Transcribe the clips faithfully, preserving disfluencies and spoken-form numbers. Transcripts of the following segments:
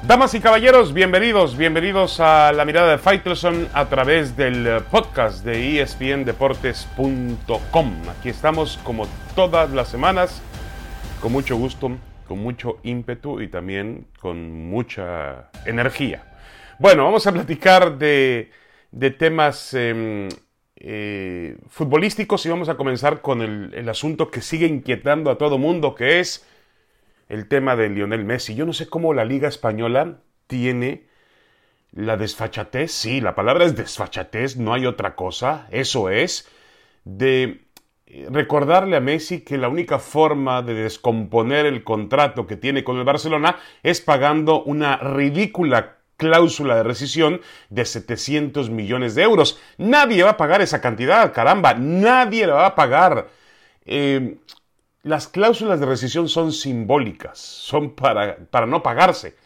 Damas y caballeros, bienvenidos, bienvenidos a La Mirada de Faitelson a través del podcast de E S P N Deportes punto com. Aquí estamos como todas las semanas, con mucho gusto, con mucho ímpetu y también con mucha energía. Bueno, vamos a platicar de, de temas eh, eh, futbolísticos y vamos a comenzar con el, el asunto que sigue inquietando a todo mundo, que es el tema de Lionel Messi. Yo no sé cómo la Liga Española tiene la desfachatez, sí, la palabra es desfachatez, no hay otra cosa, eso es, de recordarle a Messi que la única forma de descomponer el contrato que tiene con el Barcelona es pagando una ridícula cláusula de rescisión de setecientos millones de euros. Nadie va a pagar esa cantidad, caramba, nadie la va a pagar. Eh... Las cláusulas de rescisión son simbólicas, son para, para no pagarse.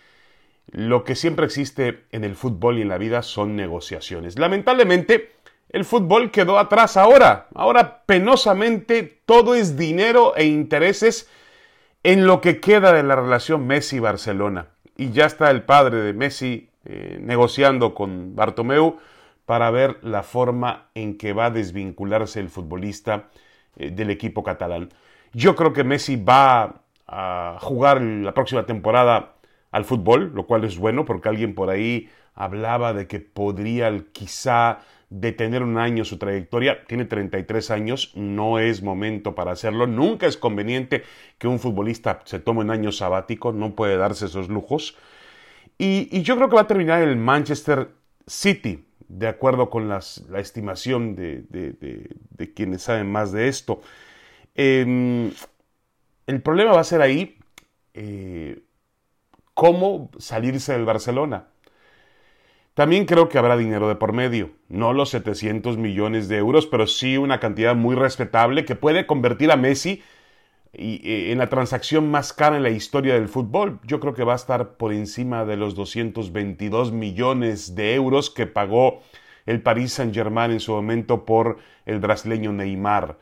Lo que siempre existe en el fútbol y en la vida son negociaciones. Lamentablemente, el fútbol quedó atrás ahora. Ahora, penosamente, todo es dinero e intereses en lo que queda de la relación Messi-Barcelona. Y ya está el padre de Messi eh, negociando con Bartomeu para ver la forma en que va a desvincularse el futbolista eh, del equipo catalán. Yo creo que Messi va a jugar la próxima temporada al fútbol, lo cual es bueno porque alguien por ahí hablaba de que podría quizá detener un año su trayectoria. Tiene treinta y tres años, no es momento para hacerlo. Nunca es conveniente que un futbolista se tome un año sabático, no puede darse esos lujos. Y, y yo creo que va a terminar en el Manchester City, de acuerdo con las, la estimación de, de, de, de quienes saben más de esto. Eh, el problema va a ser ahí eh, cómo salirse del Barcelona. También creo que habrá dinero de por medio, no los setecientos millones de euros, pero sí una cantidad muy respetable que puede convertir a Messi y, eh, en la transacción más cara en la historia del fútbol. Yo creo que va a estar por encima de los doscientos veintidós millones de euros que pagó el Paris Saint-Germain en su momento por el brasileño Neymar.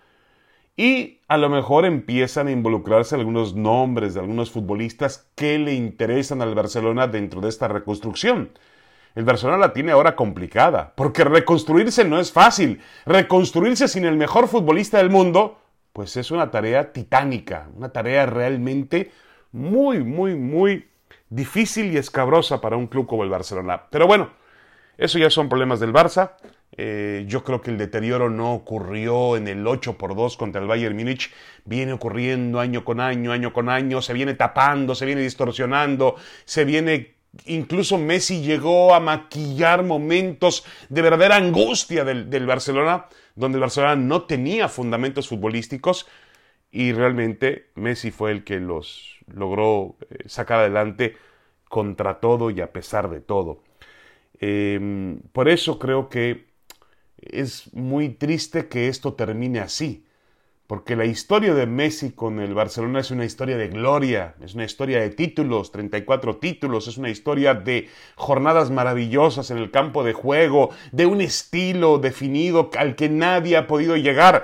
Y a lo mejor empiezan a involucrarse algunos nombres de algunos futbolistas que le interesan al Barcelona dentro de esta reconstrucción. El Barcelona la tiene ahora complicada, porque reconstruirse no es fácil. Reconstruirse sin el mejor futbolista del mundo, pues es una tarea titánica, una tarea realmente muy, muy, muy difícil y escabrosa para un club como el Barcelona. Pero bueno, eso ya son problemas del Barça. Eh, yo creo que el deterioro no ocurrió en el ocho por dos contra el Bayern Múnich, viene ocurriendo año con año, año con año, se viene tapando, se viene distorsionando, se viene, incluso Messi llegó a maquillar momentos de verdadera angustia del, del Barcelona, donde el Barcelona no tenía fundamentos futbolísticos y realmente Messi fue el que los logró eh, sacar adelante contra todo y a pesar de todo. Eh, por eso creo que es muy triste que esto termine así, porque la historia de Messi con el Barcelona es una historia de gloria, es una historia de títulos, treinta y cuatro títulos, es una historia de jornadas maravillosas en el campo de juego, de un estilo definido al que nadie ha podido llegar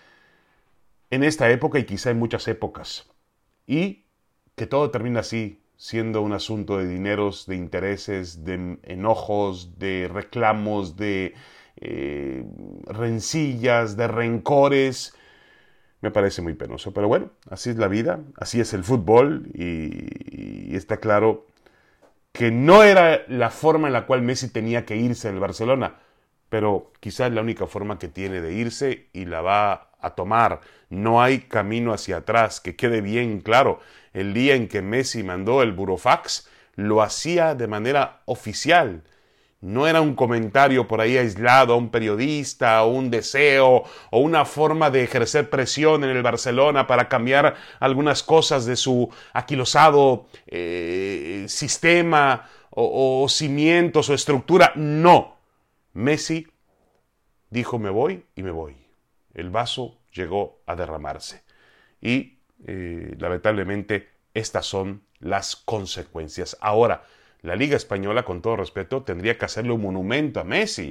en esta época y quizá en muchas épocas. Y que todo termina así, siendo un asunto de dineros, de intereses, de enojos, de reclamos, de eh, rencillas, de rencores, me parece muy penoso. Pero bueno, así es la vida, así es el fútbol y, y está claro que no era la forma en la cual Messi tenía que irse del Barcelona, pero quizás es la única forma que tiene de irse y la va a tomar. No hay camino hacia atrás, que quede bien claro. El día en que Messi mandó el burofax, lo hacía de manera oficial. No era un comentario por ahí aislado a un periodista, o un deseo, o una forma de ejercer presión en el Barcelona para cambiar algunas cosas de su aquilosado eh, sistema, o, o cimientos, o estructura. No. Messi dijo me voy y me voy. El vaso llegó a derramarse. Y eh, lamentablemente estas son las consecuencias. Ahora, la Liga Española, con todo respeto, tendría que hacerle un monumento a Messi.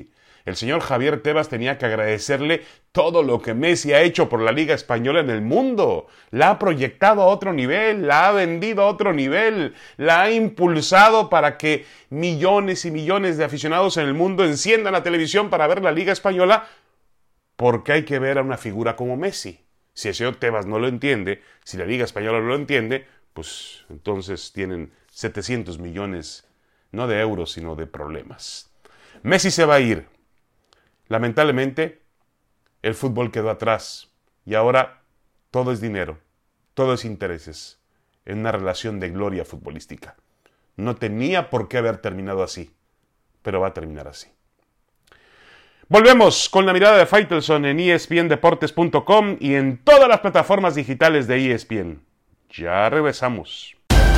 El señor Javier Tebas tenía que agradecerle todo lo que Messi ha hecho por la Liga Española en el mundo. La ha proyectado a otro nivel, la ha vendido a otro nivel, la ha impulsado para que millones y millones de aficionados en el mundo enciendan la televisión para ver la Liga Española, porque hay que ver a una figura como Messi. Si el señor Tebas no lo entiende, si la Liga Española no lo entiende, pues entonces tienen setecientos millones, no de euros, sino de problemas. Messi se va a ir. Lamentablemente, el fútbol quedó atrás y ahora todo es dinero, todo es intereses en una relación de gloria futbolística. No tenía por qué haber terminado así, pero va a terminar así. Volvemos con la mirada de Faitelson en E S P N Deportes punto com y en todas las plataformas digitales de E S P N. Ya regresamos.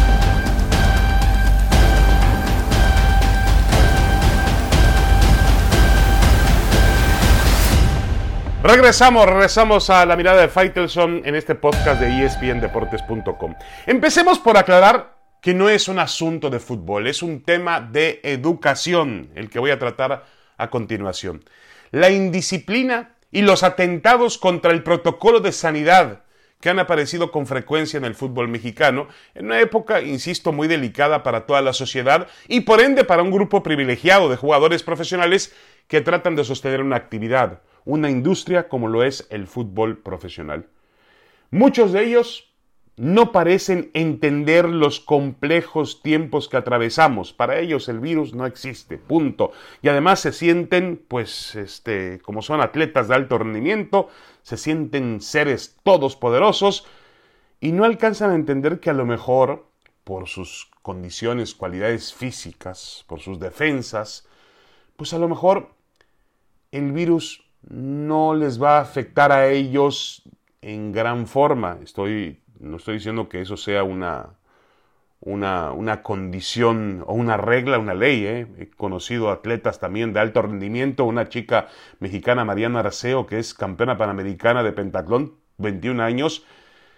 Regresamos, regresamos a la mirada de Faitelson en este podcast de E S P N Deportes punto com. Empecemos por aclarar que no es un asunto de fútbol, es un tema de educación, el que voy a tratar a continuación. La indisciplina y los atentados contra el protocolo de sanidad que han aparecido con frecuencia en el fútbol mexicano, en una época, insisto, muy delicada para toda la sociedad y por ende para un grupo privilegiado de jugadores profesionales que tratan de sostener una actividad, una industria como lo es el fútbol profesional. Muchos de ellos no parecen entender los complejos tiempos que atravesamos. Para ellos el virus no existe, punto. Y además se sienten, pues, este, como son atletas de alto rendimiento, se sienten seres todopoderosos y no alcanzan a entender que a lo mejor, por sus condiciones, cualidades físicas, por sus defensas, pues a lo mejor el virus no les va a afectar a ellos en gran forma. Estoy, no estoy diciendo que eso sea una, una, una condición o una regla, una ley. ¿eh? He conocido atletas también de alto rendimiento, una chica mexicana, Mariana Arceo, que es campeona panamericana de pentatlón, veintiún años,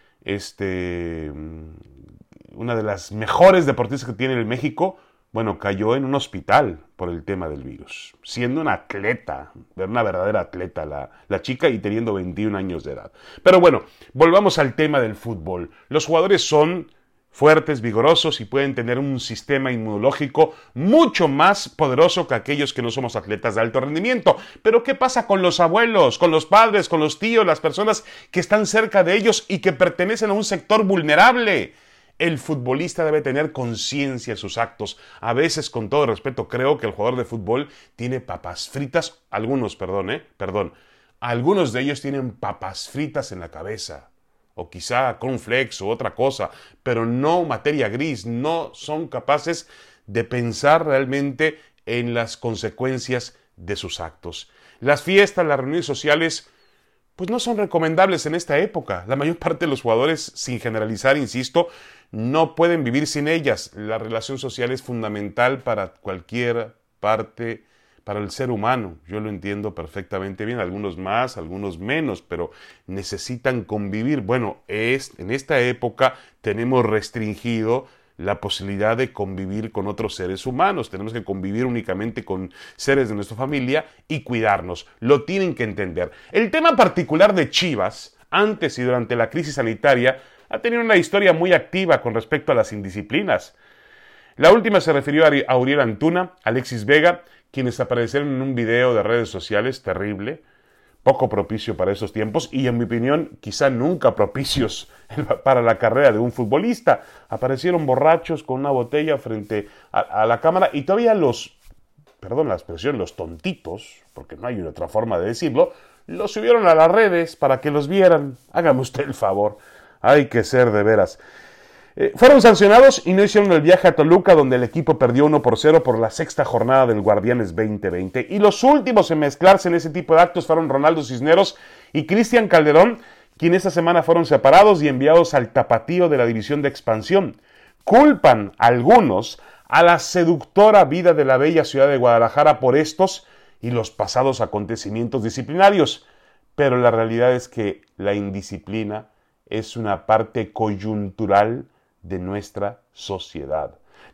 este, una de las mejores deportistas que tiene el México. Bueno, cayó en un hospital por el tema del virus, siendo una atleta, una verdadera atleta la, la chica y teniendo veintiún años de edad. Pero bueno, volvamos al tema del fútbol. Los jugadores son fuertes, vigorosos y pueden tener un sistema inmunológico mucho más poderoso que aquellos que no somos atletas de alto rendimiento. Pero ¿qué pasa con los abuelos, con los padres, con los tíos, las personas que están cerca de ellos y que pertenecen a un sector vulnerable? El futbolista debe tener conciencia de sus actos. A veces, con todo respeto, creo que el jugador de fútbol tiene papas fritas, algunos, perdón, eh, perdón, algunos de ellos tienen papas fritas en la cabeza, o quizá cornflakes u otra cosa, pero no materia gris, no son capaces de pensar realmente en las consecuencias de sus actos. Las fiestas, las reuniones sociales, pues no son recomendables en esta época. La mayor parte de los jugadores, sin generalizar, insisto, no pueden vivir sin ellas. La relación social es fundamental para cualquier parte, para el ser humano. Yo lo entiendo perfectamente bien, algunos más, algunos menos, pero necesitan convivir. Bueno, es, en esta época tenemos restringido la posibilidad de convivir con otros seres humanos. Tenemos que convivir únicamente con seres de nuestra familia y cuidarnos. Lo tienen que entender. El tema particular de Chivas, antes y durante la crisis sanitaria, ha tenido una historia muy activa con respecto a las indisciplinas. La última se refirió a Uriel Antuna, Alexis Vega, quienes aparecieron en un video de redes sociales terrible, poco propicio para esos tiempos y, en mi opinión, quizá nunca propicios para la carrera de un futbolista. Aparecieron borrachos con una botella frente a, a la cámara y todavía los, perdón la expresión, los tontitos, porque no hay otra forma de decirlo, los subieron a las redes para que los vieran. Hágame usted el favor. Hay que ser de veras. Eh, fueron sancionados y no hicieron el viaje a Toluca, donde el equipo perdió uno por cero por la sexta jornada del Guardianes veinte veinte. Y los últimos en mezclarse en ese tipo de actos fueron Ronaldo Cisneros y Cristian Calderón, quienes esta semana fueron separados y enviados al tapatío de la división de expansión. Culpan algunos a la seductora vida de la bella ciudad de Guadalajara por estos y los pasados acontecimientos disciplinarios. Pero la realidad es que la indisciplina es una parte coyuntural de nuestra sociedad.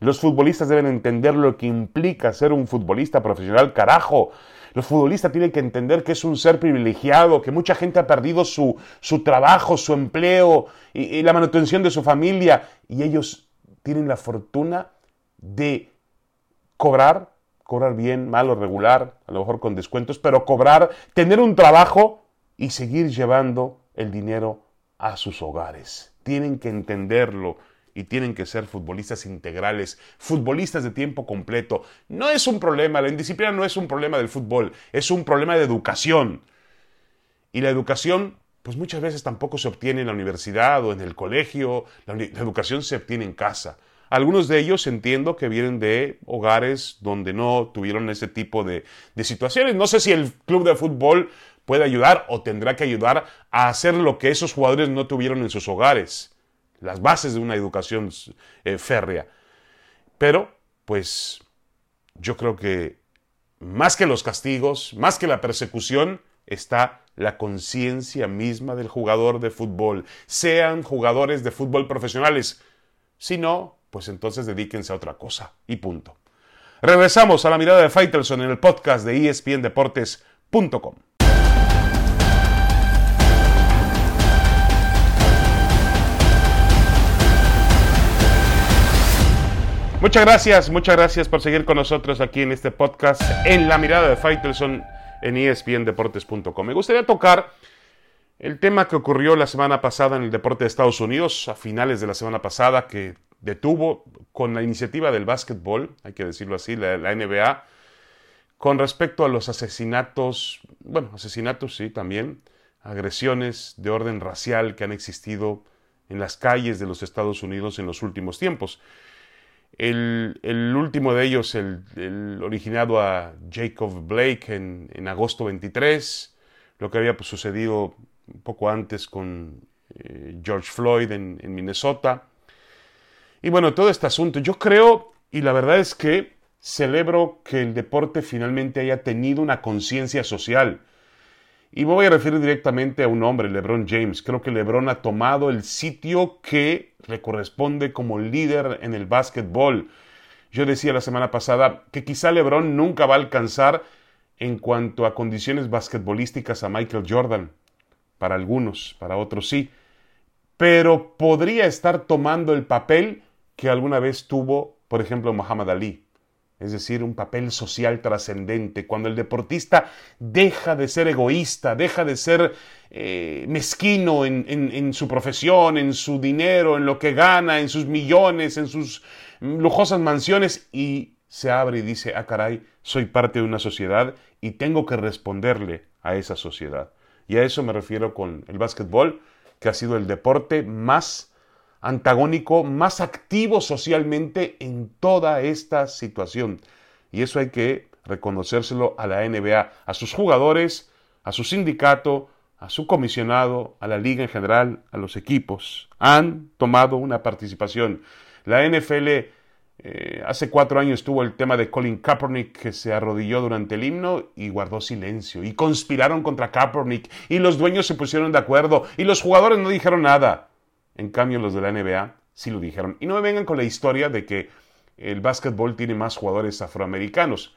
Los futbolistas deben entender lo que implica ser un futbolista profesional, carajo. Los futbolistas tienen que entender que es un ser privilegiado, que mucha gente ha perdido su, su trabajo, su empleo y, y la manutención de su familia. Y ellos tienen la fortuna de cobrar, cobrar bien, mal o regular, a lo mejor con descuentos, pero cobrar, tener un trabajo y seguir llevando el dinero a sus hogares. Tienen que entenderlo y tienen que ser futbolistas integrales, futbolistas de tiempo completo. No es un problema, la indisciplina no es un problema del fútbol, es un problema de educación. Y la educación, pues muchas veces tampoco se obtiene en la universidad o en el colegio, la, la educación se obtiene en casa. Algunos de ellos entiendo que vienen de hogares donde no tuvieron ese tipo de, de situaciones. No sé si el club de fútbol puede ayudar o tendrá que ayudar a hacer lo que esos jugadores no tuvieron en sus hogares. Las bases de una educación eh, férrea. Pero, pues, yo creo que más que los castigos, más que la persecución, está la conciencia misma del jugador de fútbol. Sean jugadores de fútbol profesionales. Si no, pues entonces dedíquense a otra cosa. Y punto. Regresamos a la mirada de Faitelson en el podcast de E S P N Deportes punto com. Muchas gracias, muchas gracias por seguir con nosotros aquí en este podcast en la mirada de Faitelson en E S P N Deportes punto com. Me gustaría tocar el tema que ocurrió la semana pasada en el deporte de Estados Unidos, a finales de la semana pasada, que detuvo con la iniciativa del básquetbol, hay que decirlo así, la, la N B A, con respecto a los asesinatos, bueno, asesinatos sí también, agresiones de orden racial que han existido en las calles de los Estados Unidos en los últimos tiempos. El, el último de ellos, el, el originado a Jacob Blake en, en agosto veintitrés, lo que había pues, sucedido un poco antes con eh, George Floyd en, en Minnesota. Y bueno, todo este asunto, yo creo, y la verdad es que celebro que el deporte finalmente haya tenido una conciencia social. Y me voy a referir directamente a un hombre, LeBron James. Creo que LeBron ha tomado el sitio que le corresponde como líder en el básquetbol. Yo decía la semana pasada que quizá LeBron nunca va a alcanzar en cuanto a condiciones basquetbolísticas a Michael Jordan. Para algunos, para otros sí. Pero podría estar tomando el papel que alguna vez tuvo, por ejemplo, Muhammad Ali. Es decir, un papel social trascendente, cuando el deportista deja de ser egoísta, deja de ser eh, mezquino en, en, en su profesión, en su dinero, en lo que gana, en sus millones, en sus lujosas mansiones, y se abre y dice, ah caray, soy parte de una sociedad y tengo que responderle a esa sociedad. Y a eso me refiero con el básquetbol, que ha sido el deporte más antagónico, más activo socialmente en toda esta situación. Y eso hay que reconocérselo a la N B A, a sus jugadores, a su sindicato, a su comisionado, a la liga en general, a los equipos. Han tomado una participación. La N F L eh, hace cuatro años tuvo el tema de Colin Kaepernick, que se arrodilló durante el himno y guardó silencio. Y conspiraron contra Kaepernick y los dueños se pusieron de acuerdo y los jugadores no dijeron nada. En cambio, los de la N B A sí lo dijeron. Y no me vengan con la historia de que el básquetbol tiene más jugadores afroamericanos.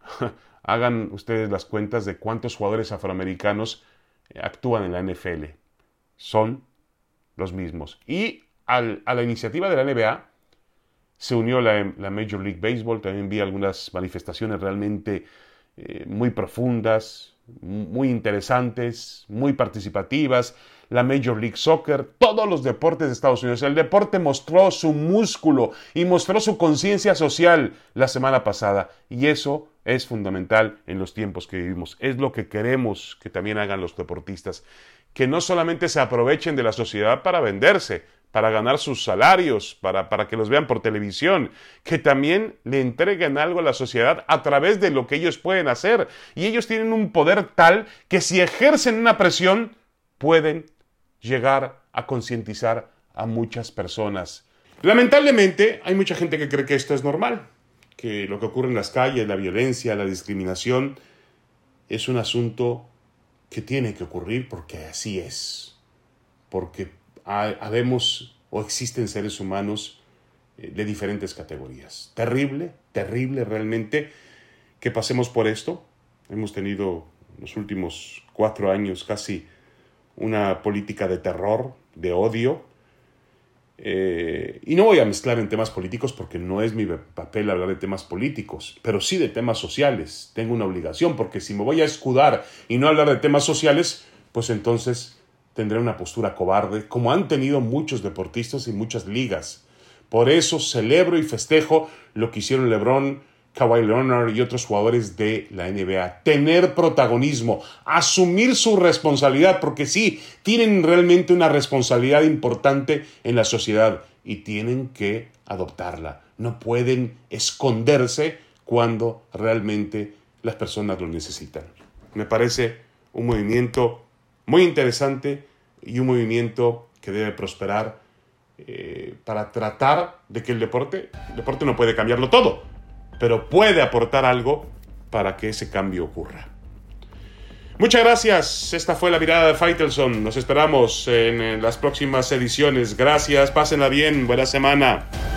Hagan ustedes las cuentas de cuántos jugadores afroamericanos actúan en la N F L. Son los mismos. Y al, a la iniciativa de la N B A se unió la, la Major League Baseball. También vi algunas manifestaciones realmente eh, muy profundas, muy interesantes, muy participativas. La Major League Soccer, todos los deportes de Estados Unidos. El deporte mostró su músculo y mostró su conciencia social la semana pasada. Y eso es fundamental en los tiempos que vivimos. Es lo que queremos que también hagan los deportistas. Que no solamente se aprovechen de la sociedad para venderse, para ganar sus salarios, para, para que los vean por televisión, que también le entreguen algo a la sociedad a través de lo que ellos pueden hacer. Y ellos tienen un poder tal que si ejercen una presión, pueden llegar a concientizar a muchas personas. Lamentablemente, hay mucha gente que cree que esto es normal, que lo que ocurre en las calles, la violencia, la discriminación, es un asunto que tiene que ocurrir porque así es, porque habemos o existen seres humanos de diferentes categorías. Terrible, terrible realmente que pasemos por esto. Hemos tenido en los últimos cuatro años casi una política de terror, de odio. Eh, y no voy a mezclar en temas políticos porque no es mi papel hablar de temas políticos, pero sí de temas sociales. Tengo una obligación, porque si me voy a escudar y no hablar de temas sociales, pues entonces tendré una postura cobarde, como han tenido muchos deportistas y muchas ligas. Por eso celebro y festejo lo que hicieron LeBron, Kawhi Leonard y otros jugadores de la N B A. Tener protagonismo, asumir su responsabilidad, porque sí, tienen realmente una responsabilidad importante en la sociedad y tienen que adoptarla. No pueden esconderse cuando realmente las personas lo necesitan. Me parece un movimiento muy interesante y un movimiento que debe prosperar eh, para tratar de que el deporte, el deporte no puede cambiarlo todo, pero puede aportar algo para que ese cambio ocurra. Muchas gracias. Esta fue la mirada de Faitelson. Nos esperamos en, en las próximas ediciones. Gracias, pásenla bien. Buena semana.